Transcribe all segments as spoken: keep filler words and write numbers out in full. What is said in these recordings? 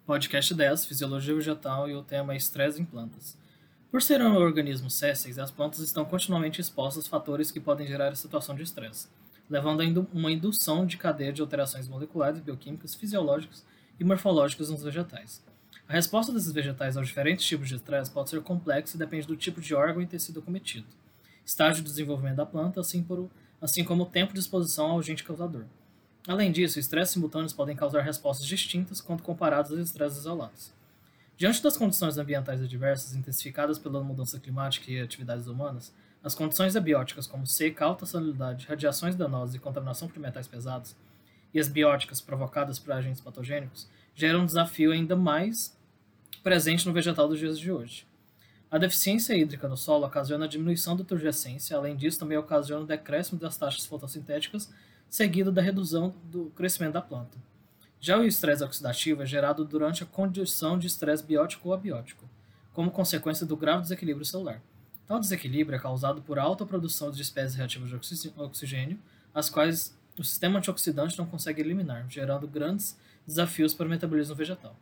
Podcast dez, Fisiologia Vegetal, e o tema é estresse em plantas. Por serem organismos sésseis, as plantas estão continuamente expostas a fatores que podem gerar a situação de estresse, levando a indu- uma indução de cadeia de alterações moleculares, bioquímicas, fisiológicas e morfológicas nos vegetais. A resposta desses vegetais aos diferentes tipos de estresse pode ser complexa e depende do tipo de órgão e tecido cometido, estágio de desenvolvimento da planta, assim, por, assim como o tempo de exposição ao agente causador. Além disso, estresses simultâneos podem causar respostas distintas quando comparados aos estresses isolados. Diante das condições ambientais adversas intensificadas pela mudança climática e atividades humanas, as condições abióticas como seca, alta salinidade, radiações danosas e contaminação por metais pesados, e as bióticas provocadas por agentes patogênicos, geram um desafio ainda mais presente no vegetal dos dias de hoje. A deficiência hídrica no solo ocasiona a diminuição da turgescência, além disso também ocasiona o decréscimo das taxas fotossintéticas, seguido da redução do crescimento da planta. Já o estresse oxidativo é gerado durante a condição de estresse biótico ou abiótico, como consequência do grave desequilíbrio celular. Tal desequilíbrio é causado por alta produção de espécies reativas de oxigênio, as quais o sistema antioxidante não consegue eliminar, gerando grandes desafios para o metabolismo vegetal.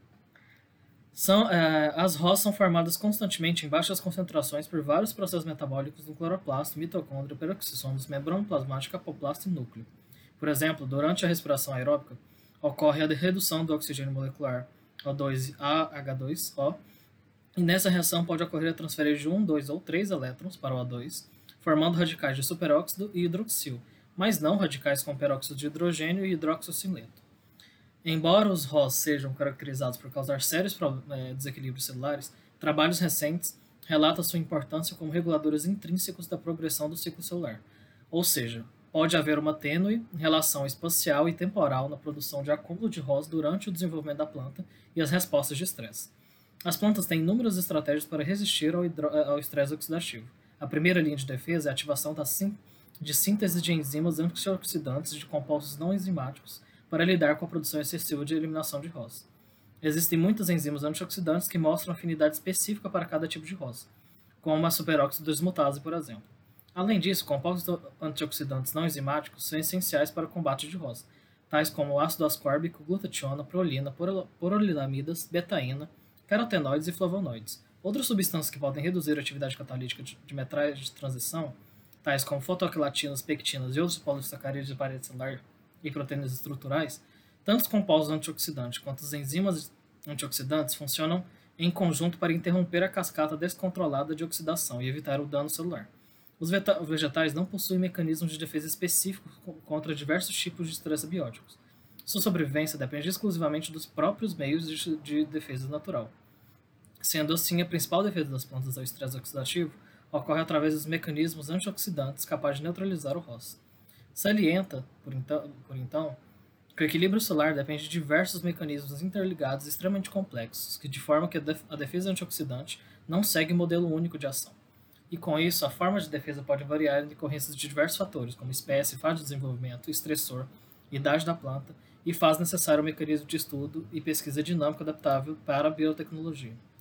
São, é, as R O S são formadas constantemente em baixas concentrações por vários processos metabólicos no cloroplasto, mitocôndria, peroxissomos, membrana plasmática, apoplasto e núcleo. Por exemplo, durante a respiração aeróbica, ocorre a redução do oxigênio molecular O dois a H dois O, e nessa reação pode ocorrer a transferência de um, dois ou três elétrons para o O dois, formando radicais de superóxido e hidroxil, mas não radicais com peróxido de hidrogênio e hidroxossileto. Embora os R O S sejam caracterizados por causar sérios é, desequilíbrios celulares, trabalhos recentes relatam sua importância como reguladores intrínsecos da progressão do ciclo celular, ou seja, pode haver uma tênue relação espacial e temporal na produção de acúmulo de R O S durante o desenvolvimento da planta e as respostas de estresse. As plantas têm inúmeras estratégias para resistir ao, ao estresse oxidativo. A primeira linha de defesa é a ativação da de síntese de enzimas antioxidantes de compostos não enzimáticos para lidar com a produção excessiva de eliminação de R O S. Existem muitas enzimas antioxidantes que mostram afinidade específica para cada tipo de R O S, como a superóxido desmutase, por exemplo. Além disso, compostos antioxidantes não enzimáticos são essenciais para o combate de R O S, tais como ácido ascórbico, glutationa, prolina, porolinamidas, betaína, carotenoides e flavonoides. Outras substâncias que podem reduzir a atividade catalítica de metais de transição, tais como fotoquelatinas, pectinas e outros polissacarídeos de parede celular e proteínas estruturais, tanto os compostos antioxidantes quanto as enzimas antioxidantes funcionam em conjunto para interromper a cascata descontrolada de oxidação e evitar o dano celular. Os vegetais não possuem mecanismos de defesa específicos contra diversos tipos de estresse bióticos. Sua sobrevivência depende exclusivamente dos próprios meios de, de defesa natural. Sendo assim, a principal defesa das plantas ao estresse oxidativo ocorre através dos mecanismos antioxidantes capazes de neutralizar o R O S. Salienta, por então, por então, que o equilíbrio celular depende de diversos mecanismos interligados e extremamente complexos, que de forma que a defesa antioxidante não segue um modelo único de ação. E com isso, a forma de defesa pode variar em decorrência de diversos fatores, como espécie, fase de desenvolvimento, estressor, idade da planta, e faz necessário um mecanismo de estudo e pesquisa dinâmico adaptável para a biotecnologia.